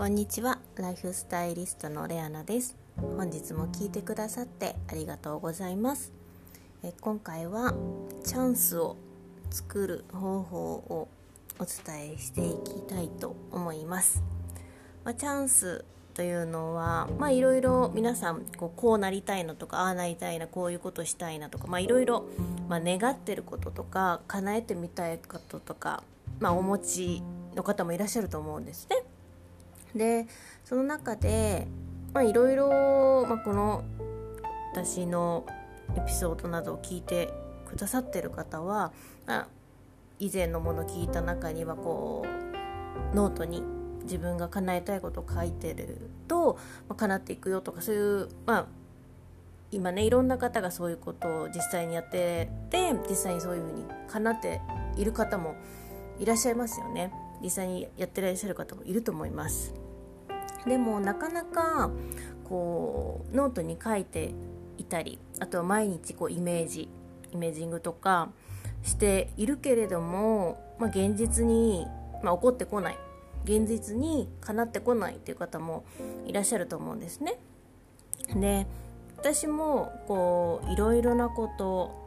こんにちは。ライフスタイリストのレアナです。本日も聞いてくださってありがとうございます。今回はチャンスを作る方法をお伝えしていきたいと思います。チャンスというのはいろいろ皆さんこうなりたいのとか、ああなりたいな、こういうことしたいなとか、いろいろ願ってることとか叶えてみたいこととか、お持ちの方もいらっしゃると思うんですね。でその中でいろいろこの私のエピソードなどを聞いてくださってる方は、以前のものを聞いた中にはノートに自分が叶えたいことを書いてると、叶っていくよとか、そういう今ね、いろんな方がそういうことを実際にやってて、実際にそういうふうに叶っている方もいらっしゃいますよね。実際にやってらっしゃる方もいると思います。でもなかなかノートに書いていたり、あとは毎日イメージングとかしているけれども、現実に、起こってこない、現実に叶ってこないっていう方もいらっしゃると思うんですね。で私もいろいろなこと、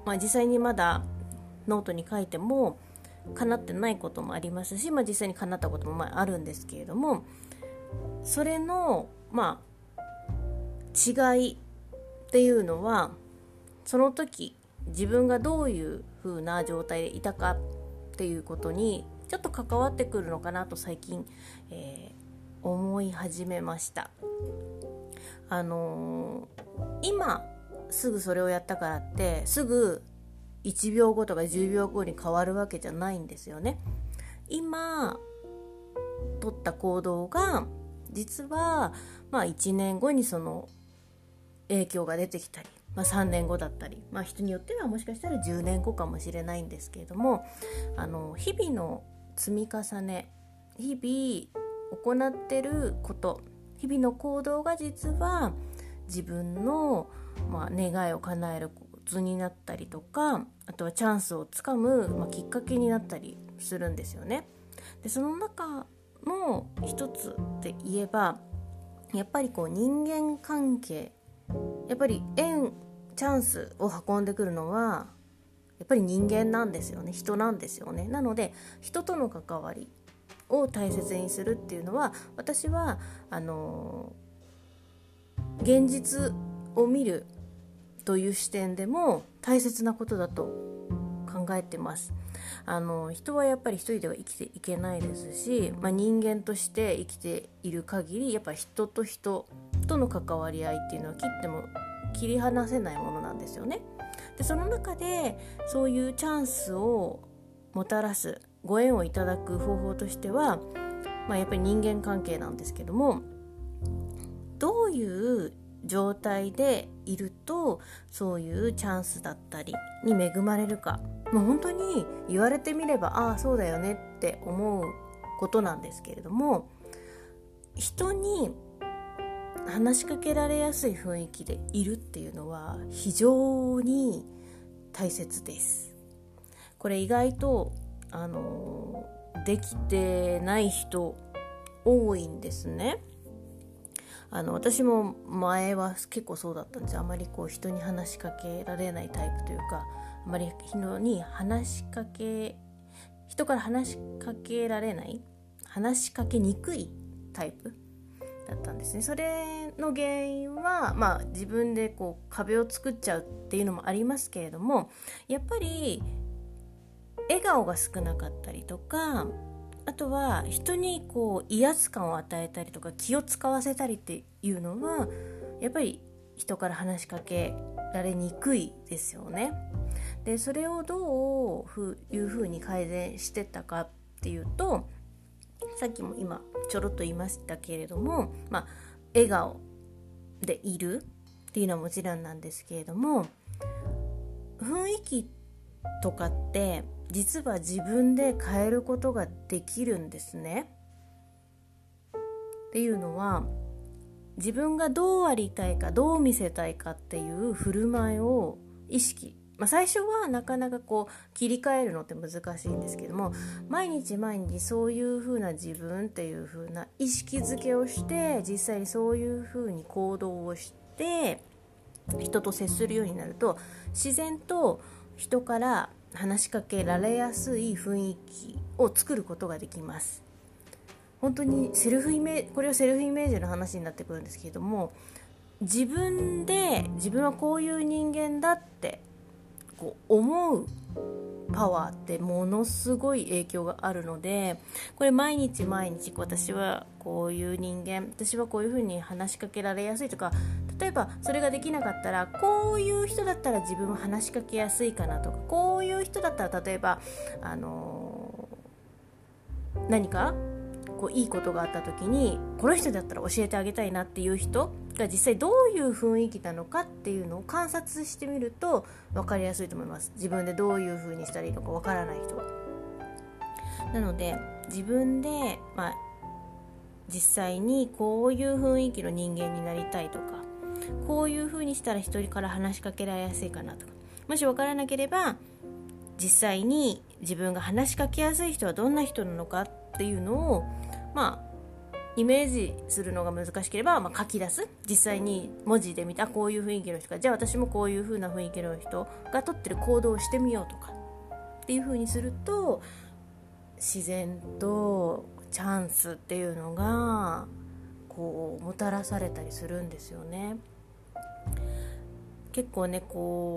実際にまだノートに書いても叶ってないこともありますし、実際に叶ったこともあるんですけれども、それの違いっていうのは、その時自分がどういう風な状態でいたかっていうことにちょっと関わってくるのかなと最近、思い始めました。今すぐそれをやったからってすぐ1秒後とか10秒後に変わるわけじゃないんですよね。今取った行動が実は1年後にその影響が出てきたり、3年後だったり、人によってはもしかしたら10年後かもしれないんですけれども、日々の積み重ね、日々行ってること、日々の行動が実は自分の、願いを叶えるコツになったりとか、あとはチャンスをつかむ、きっかけになったりするんですよね。でその中の一つで言えば、やっぱり人間関係、やっぱりチャンスを運んでくるのはやっぱり人間なんですよね。人なんですよね。なので人との関わりを大切にするっていうのは、私は現実を見るという視点でも大切なことだと考えてます。人はやっぱり一人では生きていけないですし、人間として生きている限り、やっぱり人と人との関わり合いっていうのは切っても切り離せないものなんですよね。でその中でそういうチャンスをもたらす、ご縁をいただく方法としては、やっぱり人間関係なんですけども、どういう状態でいるとそういうチャンスだったりに恵まれるか、本当に言われてみればそうだよねって思うことなんですけれども、人に話しかけられやすい雰囲気でいるっていうのは非常に大切です。これ意外とできてない人多いんですね。私も前は結構そうだったんですよ。あまり人に話しかけられないタイプというか、あまり人から話しかけられない、話しかけにくいタイプだったんですね。それの原因は、自分で壁を作っちゃうっていうのもありますけれども、やっぱり笑顔が少なかったりとか、あとは人に威圧感を与えたりとか気を使わせたりっていうのは、やっぱり人から話しかけられにくいですよね。でそれをどういうふうに改善してったかっていうと、さっきも今ちょろっと言いましたけれども、笑顔でいるっていうのはもちろんなんですけれども、雰囲気とかって実は自分で変えることができるんですね。っていうのは、自分がどうありたいか、どう見せたいかっていう振る舞いを意識最初はなかなか切り替えるのって難しいんですけども、毎日毎日そういう風な自分っていう風な意識づけをして、実際にそういう風に行動をして人と接するようになると、自然と人から話しかけられやすい雰囲気を作ることができます。本当にこれはセルフイメージの話になってくるんですけれども、自分はこういう人間だって思うパワーってものすごい影響があるので、これ毎日毎日私はこういう人間、私はこういうふうに話しかけられやすいとか、例えばそれができなかったらこういう人だったら自分は話しかけやすいかなとか、こういう人だったら例えば何かいいことがあった時にこの人だったら教えてあげたいなっていう人が実際どういう雰囲気なのかっていうのを観察してみると分かりやすいと思います。自分でどういう風にしたらいいのか分からない人は。なので自分で、実際にこういう雰囲気の人間になりたいとか、こういう風にしたら一人から話しかけられやすいかなとか、もし分からなければ実際に自分が話しかけやすい人はどんな人なのかっていうのをイメージするのが難しければ、書き出す。実際に文字で見たこういう雰囲気の人が、じゃあ私もこういう風な雰囲気の人が取ってる行動をしてみようとかっていう風にすると、自然とチャンスっていうのがもたらされたりするんですよね。結構ね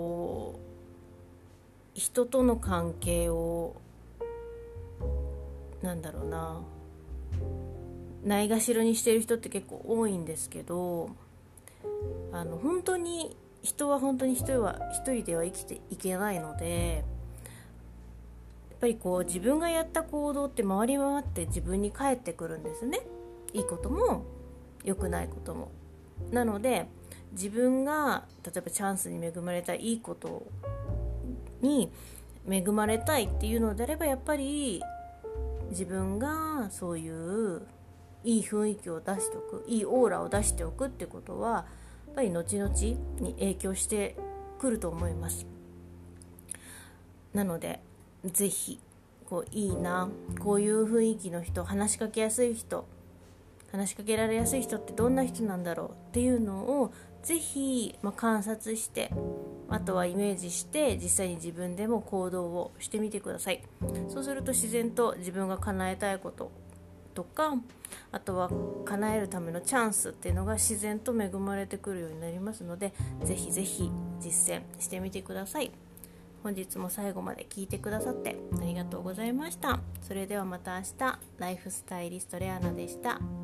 人との関係をないがしろにしている人って結構多いんですけど、本当に人は一人では生きていけないので、やっぱり自分がやった行動って回り回って自分に返ってくるんですね。いいことも良くないことも。なので自分が例えばチャンスに恵まれたいいことに恵まれたいっていうのであれば、やっぱり自分がそういういい雰囲気を出しておく、いいオーラを出しておくってことはやっぱり後々に影響してくると思います。なのでぜひいいな、こういう雰囲気の人、話しかけやすい人、話しかけられやすい人ってどんな人なんだろうっていうのをぜひ観察して、あとはイメージして実際に自分でも行動をしてみてください。そうすると自然と自分が叶えたいこととか、あとは叶えるためのチャンスっていうのが自然と恵まれてくるようになりますので、ぜひぜひ実践してみてください。本日も最後まで聞いてくださってありがとうございました。それではまた明日。ライフスタイリストレアナでした。